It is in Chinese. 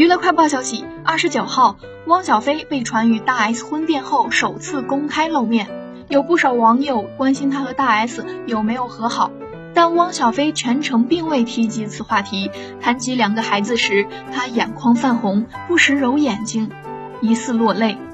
娱乐快报消息，29号，汪小菲被传与大 S 婚变后首次公开露面，有不少网友关心他和大 S 有没有和好，但汪小菲全程并未提及此话题。谈及2个孩子时，他眼眶泛红，不时揉眼睛，疑似落泪。